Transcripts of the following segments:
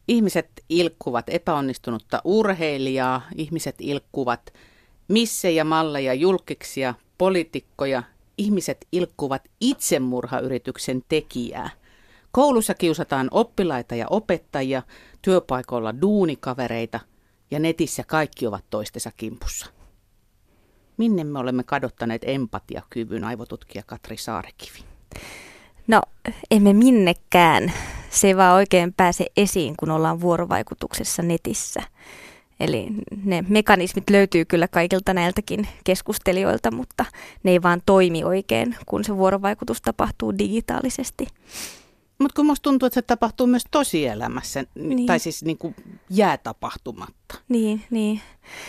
Ihmiset ilkkuvat epäonnistunutta urheilijaa, ihmiset ilkkuvat missejä, malleja, julkkiksia, poliitikkoja, ihmiset ilkkuvat itsemurhayrityksen tekijää. Koulussa kiusataan oppilaita ja opettajia, työpaikoilla duunikavereita ja netissä kaikki ovat toistensa kimpussa. Minne me olemme kadottaneet empatiakyvyn, aivotutkija Katri Saarekivi? No, emme minnekään. Se ei vaan oikein pääse esiin, kun ollaan vuorovaikutuksessa netissä. Eli ne mekanismit löytyy kyllä kaikilta näiltäkin keskustelijoilta, mutta ne ei vaan toimi oikein, kun se vuorovaikutus tapahtuu digitaalisesti. Mutta kun musta tuntuu, että se tapahtuu myös tosielämässä, niin. Tai siis niin kuin jää tapahtumatta. Niin.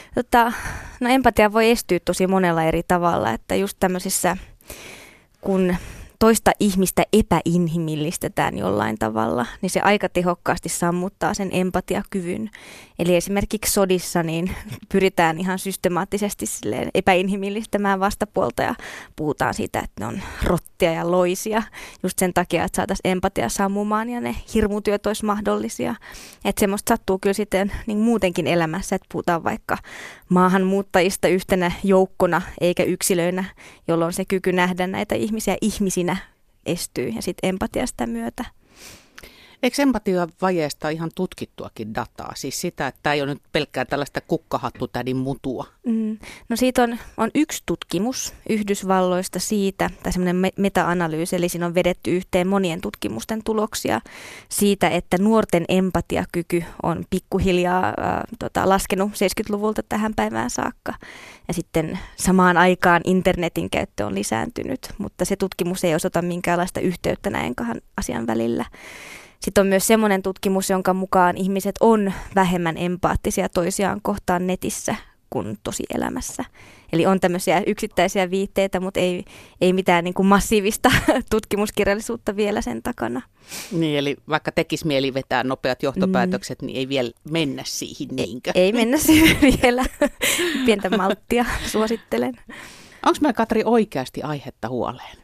No empatia voi estyä tosi monella eri tavalla, että just tämmöisissä, kun toista ihmistä epäinhimillistetään jollain tavalla, niin se aika tehokkaasti sammuttaa sen empatiakyvyn. Eli esimerkiksi sodissa niin pyritään ihan systemaattisesti silleen epäinhimillistämään vastapuolta ja puhutaan siitä, että ne on rottia ja loisia just sen takia, että saataisiin empatia sammumaan ja ne hirmutyöt olisi mahdollisia. Että semmoista sattuu kyllä sitten niin muutenkin elämässä, että puhutaan vaikka maahanmuuttajista yhtenä joukkona eikä yksilöinä, jolloin se kyky nähdä näitä ihmisiä ihmisinä estyy ja sitten empatia sitä myötä. Eikö empatiavajeesta ihan tutkittuakin dataa? Siis sitä, että tämä ei ole nyt pelkkää tällaista kukkahattutädin mutua. No siitä on yksi tutkimus Yhdysvalloista siitä, tai semmoinen meta-analyysi, eli siinä on vedetty yhteen monien tutkimusten tuloksia siitä, että nuorten empatiakyky on pikkuhiljaa laskenut 70-luvulta tähän päivään saakka. Ja sitten samaan aikaan internetin käyttö on lisääntynyt, mutta se tutkimus ei osoita minkäänlaista yhteyttä näiden kahden asian välillä. Sitten on myös semmoinen tutkimus, jonka mukaan ihmiset on vähemmän empaattisia toisiaan kohtaan netissä kuin tosielämässä. Eli on tämmöisiä yksittäisiä viitteitä, mutta ei mitään niin kuin massiivista tutkimuskirjallisuutta vielä sen takana. Niin, eli vaikka tekisi mieli vetää nopeat johtopäätökset, niin ei vielä mennä siihen niinkö? Ei mennä siihen vielä. Pientä malttia suosittelen. Onko meillä, Katri, oikeasti aihetta huoleen?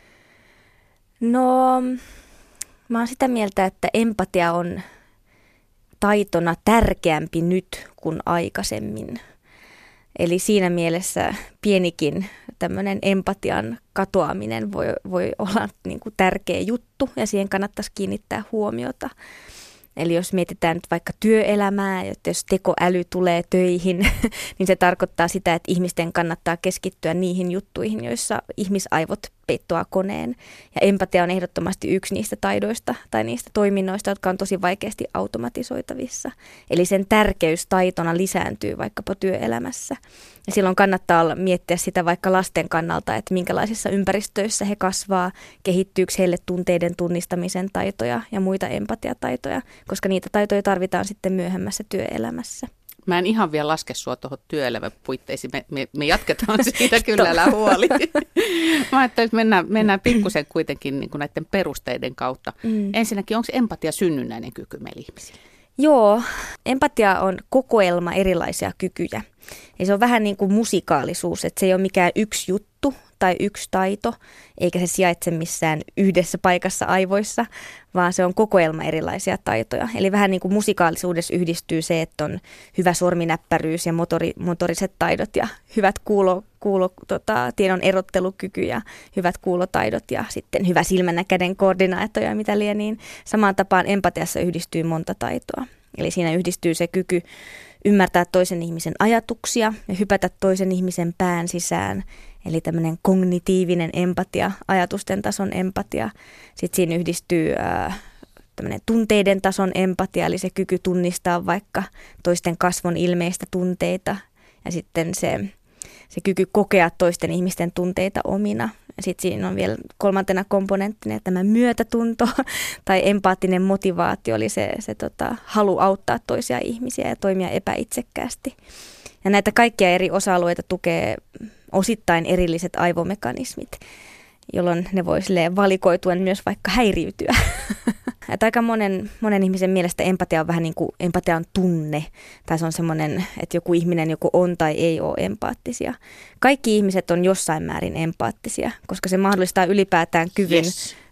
No, mä oon sitä mieltä, että empatia on taitona tärkeämpi nyt kuin aikaisemmin. Eli siinä mielessä pienikin tämmöinen empatian katoaminen voi olla niin kuin tärkeä juttu ja siihen kannattaisi kiinnittää huomiota. Eli jos mietitään nyt vaikka työelämää, että jos tekoäly tulee töihin, niin se tarkoittaa sitä, että ihmisten kannattaa keskittyä niihin juttuihin, joissa ihmisaivot peittoaa koneen. Ja empatia on ehdottomasti yksi niistä taidoista tai niistä toiminnoista, jotka on tosi vaikeasti automatisoitavissa. Eli sen tärkeys taitona lisääntyy vaikkapa työelämässä. Ja silloin kannattaa miettiä sitä vaikka lasten kannalta, että minkälaisissa ympäristöissä he kasvaa, kehittyykö heille tunteiden tunnistamisen taitoja ja muita empatiataitoja, koska niitä taitoja tarvitaan sitten myöhemmässä työelämässä. Mä en ihan vielä laske sua tuohon työelämän puitteisiin. Me jatketaan siitä kyllä, älä huoli. Mä ajattelin, että mennään pikkusen kuitenkin niin kuin näiden perusteiden kautta. Ensinnäkin, onko empatia synnynnäinen kyky meillä ihmisillä? Joo, empatia on kokoelma erilaisia kykyjä. Ja se on vähän niin kuin musikaalisuus, että se ei ole mikään yksi juttu tai yksi taito, eikä se sijaitse missään yhdessä paikassa aivoissa, vaan se on kokoelma erilaisia taitoja. Eli vähän niin kuin musikaalisuudessa yhdistyy se, että on hyvä sorminäppäryys ja motoriset taidot ja hyvät tiedon erottelukyky ja hyvät kuulotaidot ja sitten hyvä silmän ja käden koordinaatio ja mitä liian, niin samaan tapaan empatiassa yhdistyy monta taitoa. Eli siinä yhdistyy se kyky ymmärtää toisen ihmisen ajatuksia ja hypätä toisen ihmisen pään sisään. Eli tämmöinen kognitiivinen empatia, ajatusten tason empatia. Sitten siinä yhdistyy tämmöinen tunteiden tason empatia, eli se kyky tunnistaa vaikka toisten kasvon ilmeistä tunteita. Ja sitten se kyky kokea toisten ihmisten tunteita omina. Ja sitten siinä on vielä kolmantena komponenttina tämä myötätunto tai empaattinen motivaatio, eli se halu auttaa toisia ihmisiä ja toimia epäitsekkäästi. Ja näitä kaikkia eri osa-alueita tukee osittain erilliset aivomekanismit, jolloin ne voi valikoituen myös vaikka häiriytyä. Että aika monen ihmisen mielestä empatia on vähän niin kuin empatia on tunne, tai se on semmoinen, että joku ihminen joko on tai ei ole empaattisia. Kaikki ihmiset on jossain määrin empaattisia, koska se mahdollistaa ylipäätään kyvyn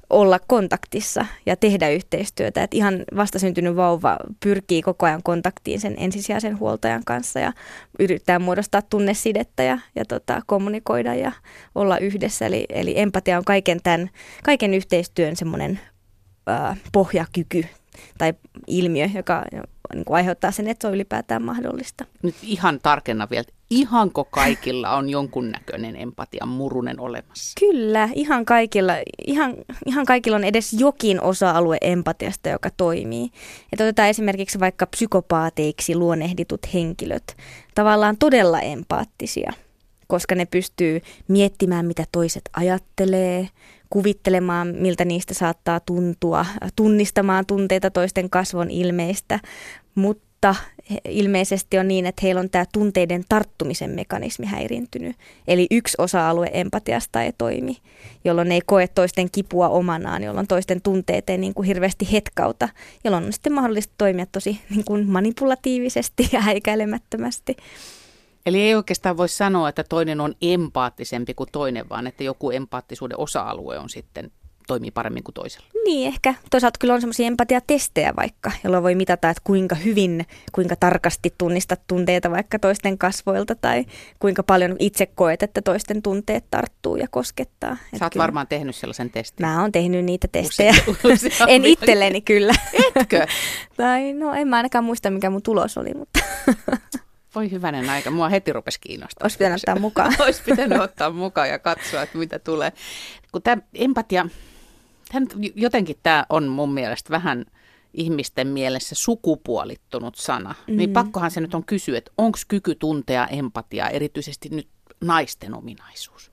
olla kontaktissa ja tehdä yhteistyötä. Että ihan vastasyntynyt vauva pyrkii koko ajan kontaktiin sen ensisijaisen huoltajan kanssa ja yrittää muodostaa tunnesidettä ja kommunikoida ja olla yhdessä. Eli empatia on kaiken yhteistyön semmoinen pohjakyky tai ilmiö, joka niin kuin aiheuttaa sen, että se on ylipäätään mahdollista. Nyt ihan tarkenna vielä, että ihanko kaikilla on jonkunnäköinen empatian murunen olemassa? Kyllä, ihan kaikilla on edes jokin osa-alue empatiasta, joka toimii. Että otetaan esimerkiksi vaikka psykopaateiksi luonnehditut henkilöt, tavallaan todella empaattisia, koska ne pystyy miettimään, mitä toiset ajattelee, kuvittelemaan, miltä niistä saattaa tuntua, tunnistamaan tunteita toisten kasvon ilmeistä, mutta ilmeisesti on niin, että heillä on tämä tunteiden tarttumisen mekanismi häiriintynyt. Eli yksi osa-alue empatiasta ei toimi, jolloin ne ei koe toisten kipua omanaan, jolloin toisten tunteet ei niin kuin hirveästi hetkauta, jolloin on sitten mahdollista toimia tosi niin kuin manipulatiivisesti ja häikäilemättömästi. Eli ei oikeastaan voi sanoa, että toinen on empaattisempi kuin toinen, vaan että joku empaattisuuden osa-alue on sitten toimii paremmin kuin toisella. Niin ehkä. Toisaalta kyllä on semmoisia empatiatestejä vaikka, jolloin voi mitata, että kuinka hyvin, kuinka tarkasti tunnistat tunteita vaikka toisten kasvoilta tai kuinka paljon itse koet, että toisten tunteet tarttuu ja koskettaa. Sä oot varmaan tehnyt sellaisen testin. Mä oon tehnyt niitä testejä. En itselleni kyllä. Etkö? Tai no en mä ainakaan muista, mikä mun tulos oli, mutta... Voi hyvänen aika, mua heti rupesi kiinnostaa. Olisi pitänyt ottaa mukaan. Olisi pitänyt ottaa mukaan ja katsoa, että mitä tulee. Kun tämä empatia, jotenkin tämä on mun mielestä vähän ihmisten mielessä sukupuolittunut sana. Niin pakkohan se nyt on kysyä, että onko kyky tuntea empatiaa erityisesti nyt naisten ominaisuus?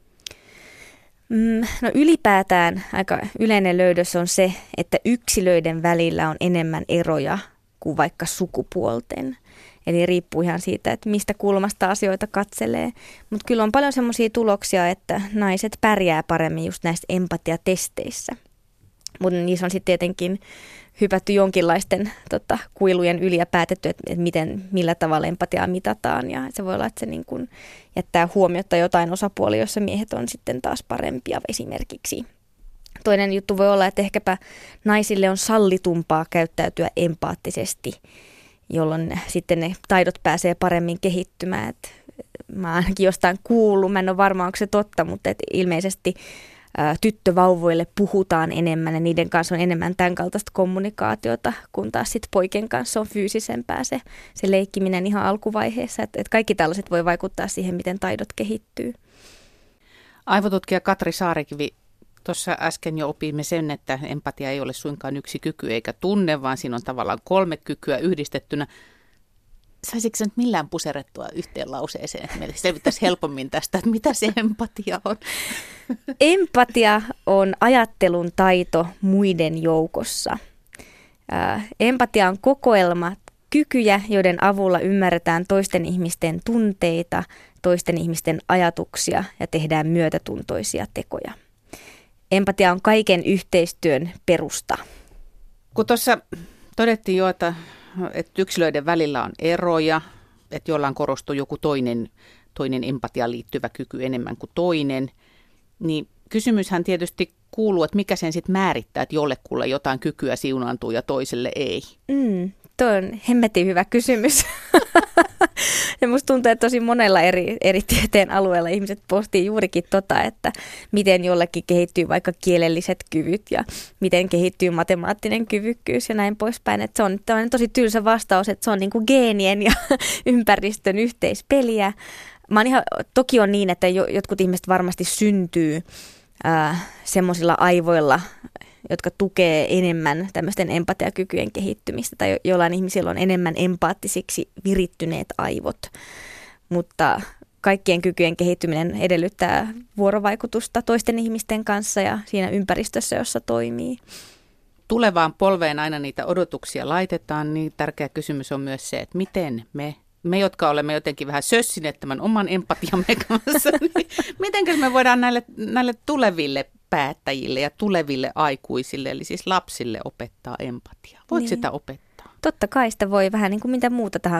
No ylipäätään aika yleinen löydös on se, että yksilöiden välillä on enemmän eroja kuin vaikka sukupuolten. Eli riippuu ihan siitä, että mistä kulmasta asioita katselee. Mutta kyllä on paljon semmoisia tuloksia, että naiset pärjää paremmin just näissä empatiatesteissä. Mutta niissä on sitten tietenkin hypätty jonkinlaisten kuilujen yli ja päätetty, että millä tavalla empatiaa mitataan. Ja se voi olla, että se niin kun jättää huomiota jotain osapuolia, jossa miehet on sitten taas parempia esimerkiksi. Toinen juttu voi olla, että ehkäpä naisille on sallitumpaa käyttäytyä empaattisesti, jolloin sitten ne taidot pääsee paremmin kehittymään. Et mä ainakin jostain kuullut, mä en ole varma, onko se totta, mutta ilmeisesti tyttövauvoille puhutaan enemmän ja niiden kanssa on enemmän tämän kaltaista kommunikaatiota, kun taas sitten poikien kanssa on fyysisempää se leikkiminen ihan alkuvaiheessa. Et kaikki tällaiset voi vaikuttaa siihen, miten taidot kehittyy. Aivotutkija Katri Saarikivi, tuossa äsken jo opimme sen, että empatia ei ole suinkaan yksi kyky eikä tunne, vaan siinä on tavallaan 3 kykyä yhdistettynä. Saisitko sä nyt millään puserrettua yhteen lauseeseen, että meille selvittäisi helpommin tästä, että mitä se empatia on? Empatia on ajattelun taito muiden joukossa. Empatia on kokoelma kykyjä, joiden avulla ymmärretään toisten ihmisten tunteita, toisten ihmisten ajatuksia ja tehdään myötätuntoisia tekoja. Empatia on kaiken yhteistyön perusta. Kun tuossa todettiin jo, että yksilöiden välillä on eroja, että jollain korostuu joku toinen empatiaan liittyvä kyky enemmän kuin toinen, niin kysymyshän tietysti kuuluu, että mikä sen sitten määrittää, että jollekulle jotain kykyä siunaantuu ja toiselle ei. Tuo on hemmetin hyvä kysymys. Ja musta tuntuu, että tosi monella eri tieteen alueella ihmiset pohtii juurikin että miten jollekin kehittyy vaikka kielelliset kyvyt ja miten kehittyy matemaattinen kyvykkyys ja näin poispäin. Että se on tosi tylsä vastaus, että se on niin kuin geenien ja ympäristön yhteispeliä. Toki on niin, että jotkut ihmiset varmasti syntyy semmoisilla aivoilla, jotka tukee enemmän tämmöisten empatiakykyjen kehittymistä tai jollain ihmisillä on enemmän empaattisiksi virittyneet aivot. Mutta kaikkien kykyjen kehittyminen edellyttää vuorovaikutusta toisten ihmisten kanssa ja siinä ympäristössä, jossa toimii. Tulevaan polveen aina niitä odotuksia laitetaan, niin tärkeä kysymys on myös se, että miten me, jotka olemme jotenkin vähän sössineet tämän oman empatiamme kanssa, niin miten me voidaan näille tuleville päättäjille ja tuleville aikuisille, eli siis lapsille opettaa empatiaa? Voiko sitä opettaa? Totta kai sitä voi vähän niin kuin mitä muuta tahansa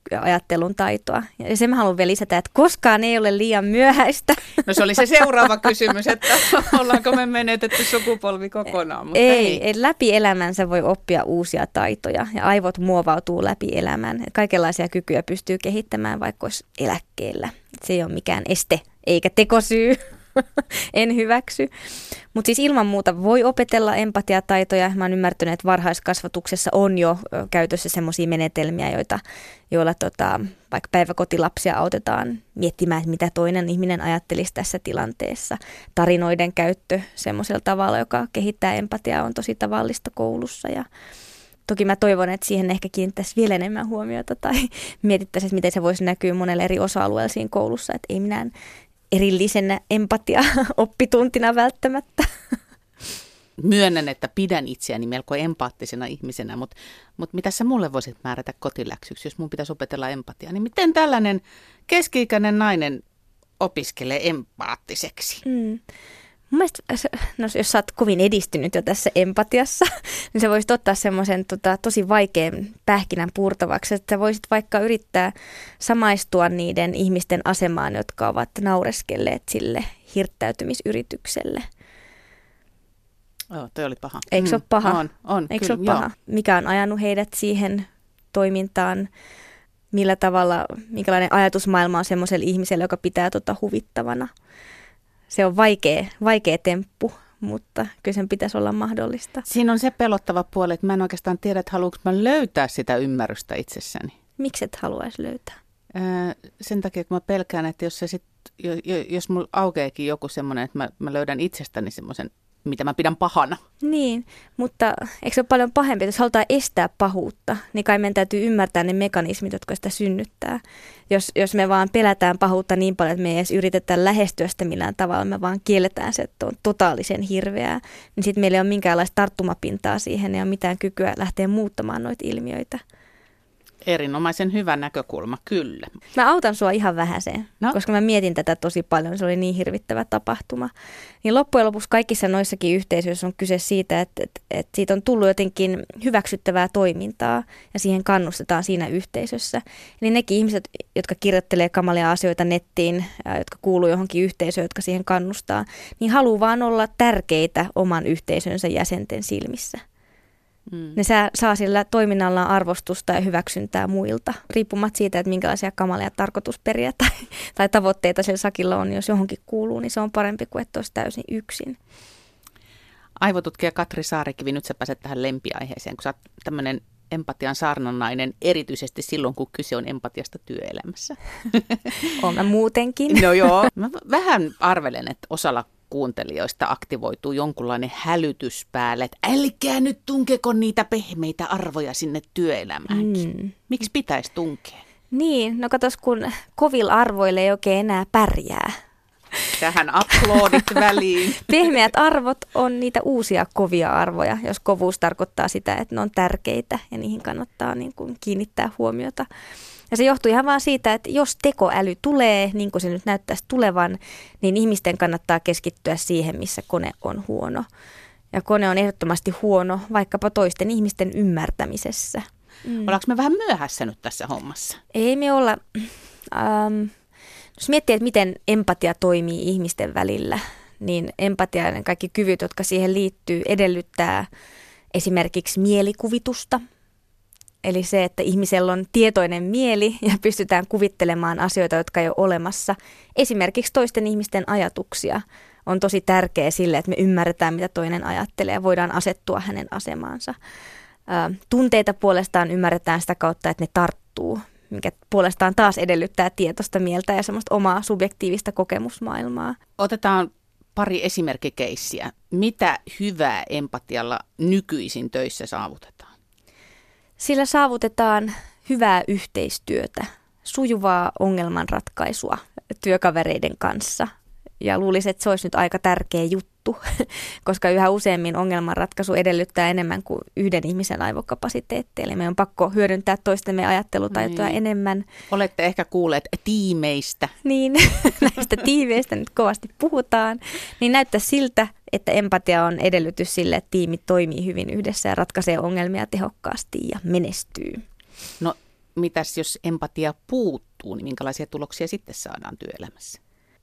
ajattelun taitoa. Ja sen mä haluan vielä lisätä, että koskaan ei ole liian myöhäistä. No se oli se seuraava kysymys, että ollaanko me menetetty sukupolvi kokonaan, mutta ei. Läpi elämänsä voi oppia uusia taitoja ja aivot muovautuu läpi elämän. Kaikenlaisia kykyjä pystyy kehittämään, vaikka olisi eläkkeellä. Se ei ole mikään este eikä tekosyy. En hyväksy. Mutta siis ilman muuta voi opetella empatiataitoja. Mä oon ymmärtänyt, että varhaiskasvatuksessa on jo käytössä semmoisia menetelmiä, joilla vaikka päiväkotilapsia autetaan miettimään, että mitä toinen ihminen ajattelisi tässä tilanteessa. Tarinoiden käyttö semmoisella tavalla, joka kehittää empatiaa, on tosi tavallista koulussa. Ja toki mä toivon, että siihen ehkä kiinnittäisi vielä enemmän huomiota tai mietittäisiin, että miten se voisi näkyä monelle eri osa-alueella siinä koulussa, että ei minään erillisenä empatia-oppituntina välttämättä. Myönnän, että pidän itseäni melko empaattisena ihmisenä, mutta mitä sä mulle voisit määrätä kotiläksyksi, jos mun pitäisi opetella empatiaa, niin miten tällainen keski-ikäinen nainen opiskelee empaattiseksi? Mun mielestä, jos sä oot kovin edistynyt jo tässä empatiassa, niin sä voisit ottaa semmoisen tosi vaikean pähkinän purtavaksi, että sä voisit vaikka yrittää samaistua niiden ihmisten asemaan, jotka ovat naureskelleet sille hirttäytymisyritykselle. Toi oli paha. Eikö se ole paha? On, Eikö kyllä, se ole paha? Mikä on ajanut heidät siihen toimintaan? Millä tavalla, minkälainen ajatusmaailma on semmoiselle ihmiselle, joka pitää huvittavana? Se on vaikea temppu, mutta kyllä sen pitäisi olla mahdollista. Siinä on se pelottava puoli, että mä en oikeastaan tiedä, että haluanko mä löytää sitä ymmärrystä itsessäni. Miksi et haluaisi löytää? Sen takia, että mä pelkään, että jos mulla aukeekin joku semmoinen, että mä löydän itsestäni semmoisen, mitä mä pidän pahana. Niin, mutta eikö se ole paljon pahempi, jos halutaan estää pahuutta, niin kai meidän täytyy ymmärtää ne mekanismit, jotka sitä synnyttää. Jos me vaan pelätään pahuutta niin paljon, että me ei edes yritetä lähestyä sitä millään tavalla, me vaan kielletään se, että on totaalisen hirveää, niin sitten meillä ei ole minkäänlaista tarttumapintaa siihen, ei ole mitään kykyä lähteä muuttamaan noita ilmiöitä. Erinomaisen hyvä näkökulma, kyllä. Mä autan sua ihan vähäseen, koska mä mietin tätä tosi paljon. Se oli niin hirvittävä tapahtuma. Niin loppujen lopuksi kaikissa noissakin yhteisöissä on kyse siitä, että siitä on tullut jotenkin hyväksyttävää toimintaa ja siihen kannustetaan siinä yhteisössä. Eli nekin ihmiset, jotka kirjoittelee kamalia asioita nettiin, jotka kuuluu johonkin yhteisöön, jotka siihen kannustaa, niin haluaa vaan olla tärkeitä oman yhteisönsä jäsenten silmissä. Ne saa sillä toiminnallaan arvostusta ja hyväksyntää muilta, riippumatta siitä, että minkälaisia kamalia tarkoitusperiä tai tavoitteita sillä sakilla on. Jos johonkin kuuluu, niin se on parempi kuin että olisi täysin yksin. Aivotutkija Katri Saarikivi, nyt sä pääset tähän lempiaiheeseen, kun sä oot tämmöinen empatian saarnannainen, erityisesti silloin, kun kyse on empatiasta työelämässä. Olen mä muutenkin. No joo. Mä vähän arvelen, että osalla kuuntelijoista aktivoituu jonkunlainen hälytys päälle, että älkää nyt tunkeko niitä pehmeitä arvoja sinne työelämäänkin. Miksi pitäisi tunkea? Niin, no katos, kun kovilla arvoilla ei oikein enää pärjää. Tähän aplodit väliin. Pehmeät arvot on niitä uusia kovia arvoja, jos kovuus tarkoittaa sitä, että ne on tärkeitä ja niihin kannattaa niin kuin kiinnittää huomiota. Ja se johtuu ihan vaan siitä, että jos tekoäly tulee, niin kuin se nyt näyttäisi tulevan, niin ihmisten kannattaa keskittyä siihen, missä kone on huono. Ja kone on ehdottomasti huono vaikkapa toisten ihmisten ymmärtämisessä. Ollaanko me vähän myöhässä nyt tässä hommassa? Ei me olla. Jos miettii, että miten empatia toimii ihmisten välillä, niin empatia ja kaikki kyvyt, jotka siihen liittyy, edellyttää esimerkiksi mielikuvitusta. Eli se, että ihmisellä on tietoinen mieli ja pystytään kuvittelemaan asioita, jotka ei ole olemassa. Esimerkiksi toisten ihmisten ajatuksia on tosi tärkeä sille, että me ymmärretään, mitä toinen ajattelee ja voidaan asettua hänen asemaansa. Tunteita puolestaan ymmärretään sitä kautta, että ne tarttuu, mikä puolestaan taas edellyttää tietoista mieltä ja semmoista omaa subjektiivista kokemusmaailmaa. Otetaan pari esimerkkikeissiä. Mitä hyvää empatialla nykyisin töissä saavutetaan? Sillä saavutetaan hyvää yhteistyötä, sujuvaa ongelmanratkaisua työkavereiden kanssa. Ja luulisin, että se olisi nyt aika tärkeä juttu, koska yhä useammin ongelmanratkaisu edellyttää enemmän kuin yhden ihmisen aivokapasiteettia. Eli meidän on pakko hyödyntää toistemme ajattelutaitoja enemmän. Olette ehkä kuulleet tiimeistä. Niin, näistä tiimeistä nyt kovasti puhutaan. Niin näyttää siltä, että empatia on edellytys sille, että tiimit toimii hyvin yhdessä ja ratkaisee ongelmia tehokkaasti ja menestyy. No mitäs jos empatia puuttuu, niin minkälaisia tuloksia sitten saadaan työelämässä?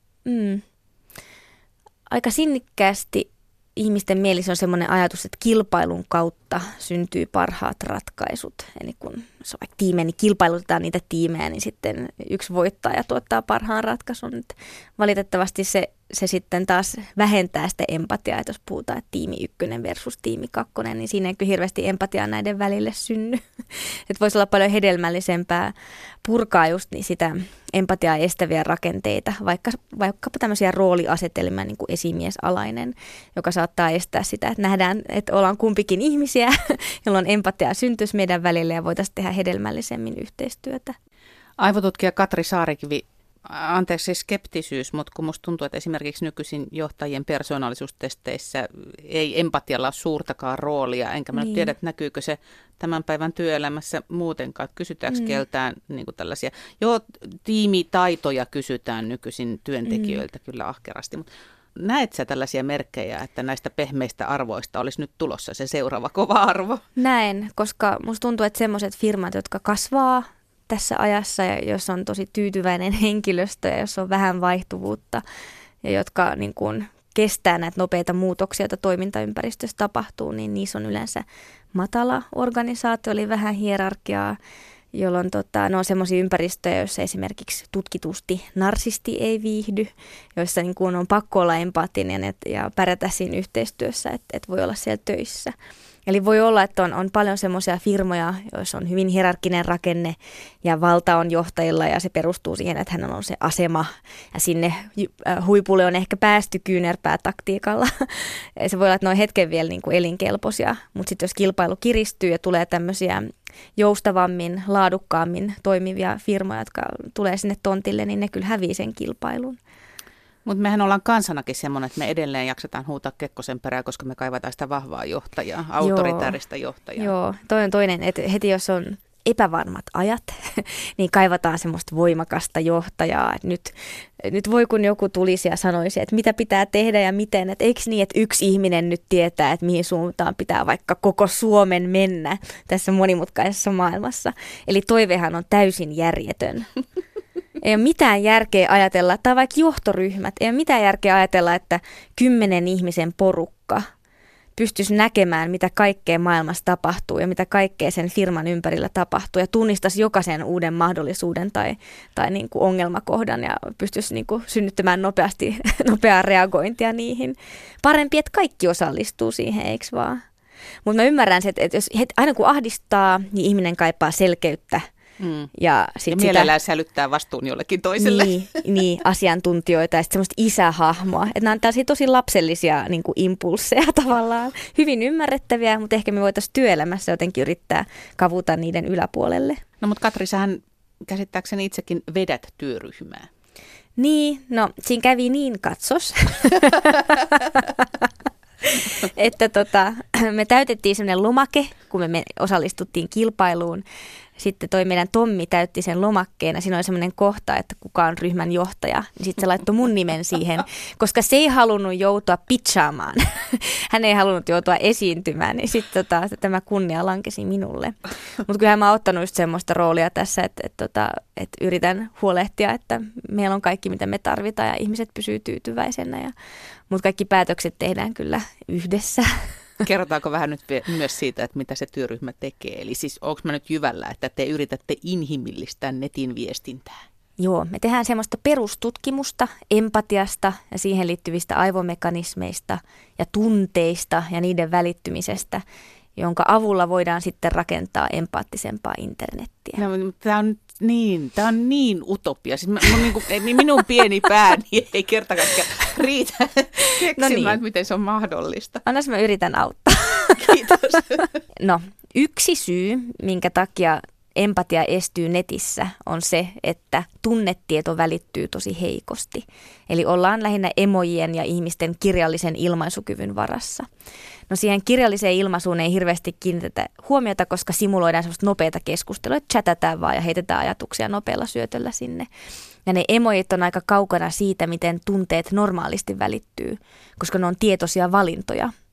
Aika sinnikkäästi ihmisten mielissä on semmoinen ajatus, että kilpailun kautta syntyy parhaat ratkaisut. Eli kun se on vaikka tiimejä, niin kilpailutetaan niitä tiimejä, niin sitten yksi voittaa ja tuottaa parhaan ratkaisun. Valitettavasti se sitten taas vähentää sitä empatiaa, että jos puhutaan, että tiimi 1 versus tiimi 2, niin siinä ei kyllä hirveästi empatiaa näiden välille synny. Että voisi olla paljon hedelmällisempää purkaa just niin sitä empatiaa estäviä rakenteita, vaikkapa tämmöisiä rooliasetelmia, niin kuin esimiesalainen, joka saattaa estää sitä, että nähdään, että ollaan kumpikin ihmisiä, jolloin empatiaa syntyisi meidän välille ja voitaisiin tehdä hedelmällisemmin yhteistyötä. Aivotutkija Katri Saarikivi, anteeksi skeptisyys, mutta kun musta tuntuu, että esimerkiksi nykyisin johtajien persoonallisuustesteissä ei empatialla ole suurtakaan roolia, enkä mä nyt tiedä, että näkyykö se tämän päivän työelämässä muutenkaan, kysytäänkö keltään niin kuin tällaisia. Joo, tiimitaitoja kysytään nykyisin työntekijöiltä kyllä ahkerasti, mutta näet sä tällaisia merkkejä, että näistä pehmeistä arvoista olisi nyt tulossa se seuraava kova arvo? Näen, koska musta tuntuu, että semmoiset firmat, jotka kasvaa tässä ajassa, ja jos on tosi tyytyväinen henkilöstö ja jos on vähän vaihtuvuutta ja jotka niin kuin kestää näitä nopeita muutoksia, joita toimintaympäristössä tapahtuu, niin niissä on yleensä matala organisaatio, eli vähän hierarkiaa, jolloin ne on semmoisia ympäristöjä, joissa esimerkiksi tutkitusti narsisti ei viihdy, joissa niin kuin on pakko olla empaattinen ja pärjätä siinä yhteistyössä, että voi olla siellä töissä. Eli voi olla, että on paljon semmoisia firmoja, joissa on hyvin hierarkkinen rakenne ja valta on johtajilla ja se perustuu siihen, että hän on se asema ja sinne huipulle on ehkä päästy kyynärpäätaktiikalla. Se voi olla, että ne on hetken vielä niin kuin elinkelpoisia, mutta sitten jos kilpailu kiristyy ja tulee tämmöisiä joustavammin, laadukkaammin toimivia firmoja, jotka tulee sinne tontille, niin ne kyllä hävii sen kilpailun. Mutta mehän ollaan kansanakin semmoinen, että me edelleen jaksetaan huutaa Kekkosen perään, koska me kaivataan sitä vahvaa johtajaa, autoritääristä johtajaa. Joo, toi on toinen, että heti jos on epävarmat ajat, niin kaivataan semmoista voimakasta johtajaa. Nyt voi kun joku tulisi ja sanoisi, että mitä pitää tehdä ja miten, että eikö niin, että yksi ihminen nyt tietää, että mihin suuntaan pitää vaikka koko Suomen mennä tässä monimutkaisessa maailmassa. Eli toivehan on täysin järjetön. Ei ole mitään järkeä ajatella, tai vaikka johtoryhmät, ei ole mitään järkeä ajatella, että 10 ihmisen porukka pystyisi näkemään, mitä kaikkea maailmassa tapahtuu ja mitä kaikkea sen firman ympärillä tapahtuu ja tunnistaisi jokaisen uuden mahdollisuuden tai niin kuin ongelmakohdan ja pystyisi niin kuin synnyttämään nopeaa reagointia niihin. Parempi, että kaikki osallistuu siihen, eikö vaan? Mutta mä ymmärrän, että jos, aina kun ahdistaa, niin ihminen kaipaa selkeyttä. Ja mielellään sälyttää vastuun jollekin toiselle. Niin, asiantuntijoita ja sitten semmoista isähahmoa. Että nämä on tällaisia tosi lapsellisia niin kuin impulsseja tavallaan. Hyvin ymmärrettäviä, mutta ehkä me voitaisiin työelämässä jotenkin yrittää kavuta niiden yläpuolelle. No mutta Katri, sähän käsittääkseni itsekin vedät työryhmää. Niin, no siinä kävi niin katsos. Että me täytettiin semmoinen lomake, kun me osallistuttiin kilpailuun. Sitten toi meidän Tommi täytti sen lomakkeen ja siinä oli semmoinen kohta, että kuka on ryhmän johtaja. Niin sitten se laittoi mun nimen siihen, koska se ei halunnut joutua pitchaamaan. Hän ei halunnut joutua esiintymään, niin sitten tämä kunnia lankesi minulle. Mutta kyllähän mä oon ottanut just semmoista roolia tässä, että yritän huolehtia, että meillä on kaikki mitä me tarvitaan ja ihmiset pysyy tyytyväisenä. Mutta kaikki päätökset tehdään kyllä yhdessä. Kerrotaanko vähän nyt myös siitä, että mitä se työryhmä tekee? Eli siis onko mä nyt jyvällä, että te yritätte inhimillistää netin viestintää? Joo, me tehdään semmoista perustutkimusta empatiasta ja siihen liittyvistä aivomekanismeista ja tunteista ja niiden välittymisestä, jonka avulla voidaan sitten rakentaa empaattisempaa internettiä. No, tämä on niin utopia. Siis minun pieni pääni ei kerta kaikkiaan riitä keksimään, miten se on mahdollista. Annas mä yritän auttaa. Kiitos. No, yksi syy, minkä takia empatia estyy netissä, on se, että tunnetieto välittyy tosi heikosti. Eli ollaan lähinnä emojien ja ihmisten kirjallisen ilmaisukyvyn varassa. No siihen kirjalliseen ilmaisuun ei hirveästi kiinnitetä huomiota, koska simuloidaan semmoista nopeata keskustelua, että chatataan vaan ja heitetään ajatuksia nopealla syötöllä sinne. Ja ne emojit on aika kaukana siitä, miten tunteet normaalisti välittyy, koska ne on tietoisia valintoja.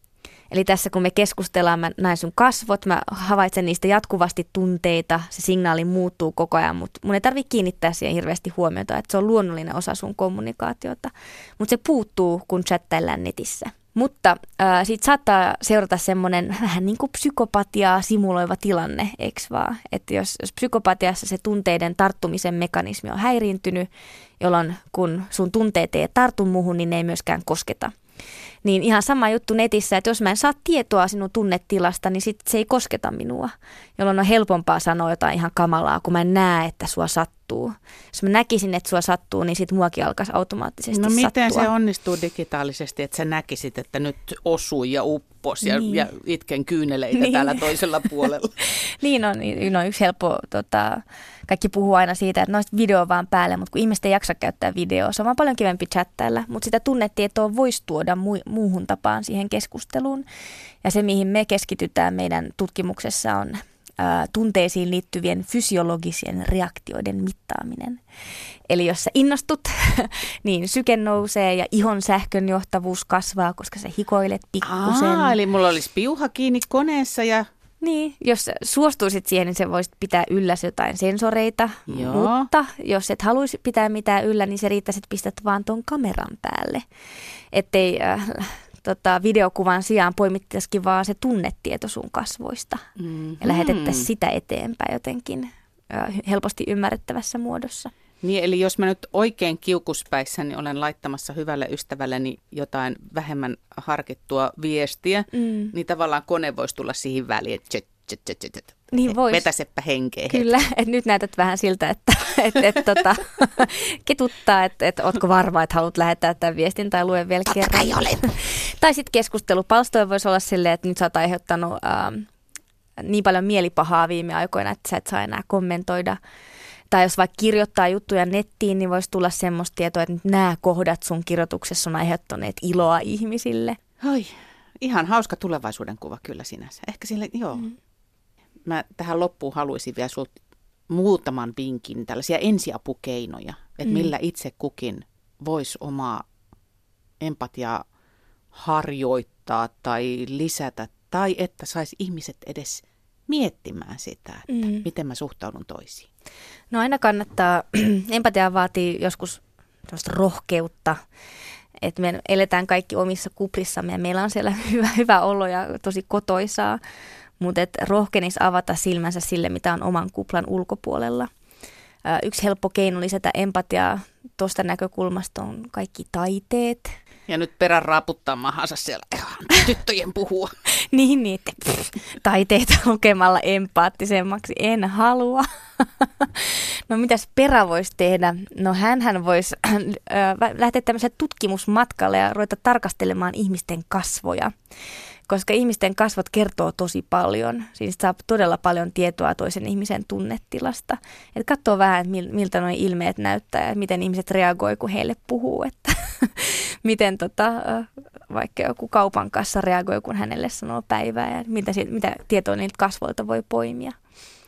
Eli tässä kun me keskustellaan, mä näen sun kasvot, mä havaitsen niistä jatkuvasti tunteita, se signaali muuttuu koko ajan, mutta mun ei tarvitse kiinnittää siihen hirveästi huomiota, että se on luonnollinen osa sun kommunikaatiota. Mutta se puuttuu, kun chattaillaan netissä. Mutta siitä saattaa seurata semmoinen vähän niin kuin psykopatiaa simuloiva tilanne, eikö vaan? Että jos psykopatiassa se tunteiden tarttumisen mekanismi on häiriintynyt, jolloin kun sun tunteet ei tartu muuhun, niin ne ei myöskään kosketa. Niin ihan sama juttu netissä, että jos mä en saa tietoa sinun tunnetilasta, niin sit se ei kosketa minua, jolloin on helpompaa sanoa jotain ihan kamalaa, kun mä en näe, että sua sattuu. Jos mä näkisin, että sua sattuu, niin sit muakin alkaisi automaattisesti sattua. No miten se onnistuu digitaalisesti, että sä näkisit, että nyt osui ja uppos ja itken kyyneleitä täällä toisella puolella? Niin on yksi helppo, kaikki puhuu aina siitä, että noista video vaan päälle, mutta kun ihmiset ei jaksa käyttää videoa, se on vaan paljon kivempi chattailla, mutta sitä tunnetietoa voisi tuoda muuhun tapaan siihen keskusteluun. Ja se, mihin me keskitytään meidän tutkimuksessa on tunteisiin liittyvien fysiologisen reaktioiden mittaaminen. Eli jos sä innostut, niin syke nousee ja ihon sähkön johtavuus kasvaa, koska sä hikoilet pikkusen. Eli mulla olisi piuha kiinni koneessa ja... Niin, jos suostuisit siihen, niin se voisit pitää yllä jotain sensoreita, mutta jos et haluaisi pitää mitään yllä, niin se riittäisi, että pistät vaan tuon kameran päälle, ettei videokuvan sijaan poimittaisikin vaan se tunnetieto sun kasvoista ja lähetettäisiin sitä eteenpäin jotenkin helposti ymmärrettävässä muodossa. Niin, eli jos mä nyt oikein kiukuspäissä, niin olen laittamassa hyvälle ystävälleni jotain vähemmän harkittua viestiä, niin tavallaan kone voisi tulla siihen väliin, että niin vois. Vetäsepä henkeä. Kyllä, että nyt näytät vähän siltä, että ketuttaa, että ootko varma, että haluat lähettää tämän viestin tai lue vielä kerran. Totta kai olen. Tai sitten keskustelupalstoja voisi olla silleen, että nyt sä oot aiheuttanut niin paljon mielipahaa viime aikoina, että sä et saa enää kommentoida. Tai jos vaikka kirjoittaa juttuja nettiin, niin voisi tulla semmoista tietoa, että nämä kohdat sun kirjoituksessa on aiheuttaneet iloa ihmisille. Oi, ihan hauska tulevaisuuden kuva kyllä sinänsä. Ehkä sille, joo. Mä tähän loppuun haluaisin vielä sulta muutaman vinkin, tällaisia ensiapukeinoja, että millä itse kukin voisi omaa empatiaa harjoittaa tai lisätä, tai että saisi ihmiset edes miettimään sitä, että miten mä suhtaudun toisiin. No aina kannattaa, empatia vaatii joskus rohkeutta, että me eletään kaikki omissa kuplissamme ja meillä on siellä hyvä olo ja tosi kotoisaa, mutta rohkenis avata silmänsä sille, mitä on oman kuplan ulkopuolella. Yksi helppo keino lisätä empatiaa tuosta näkökulmasta on kaikki taiteet. Ja nyt perään raaputtaa mahansa siellä tyttöjen puhua. niin, että taiteita lukemalla empaattisemmaksi en halua. No mitäs Perä voisi tehdä? No hänhän voisi lähteä tämmöiselle tutkimusmatkalle ja ruveta tarkastelemaan ihmisten kasvoja. Koska ihmisten kasvot kertoo tosi paljon. Siis saa todella paljon tietoa toisen ihmisen tunnetilasta. Että katsoo vähän, että miltä nuo ilmeet näyttää ja miten ihmiset reagoi, kun heille puhuu. Että miten vaikka joku kaupan kassa reagoi, kun hänelle sanoo päivää ja mitä tietoa niiltä kasvoilta voi poimia.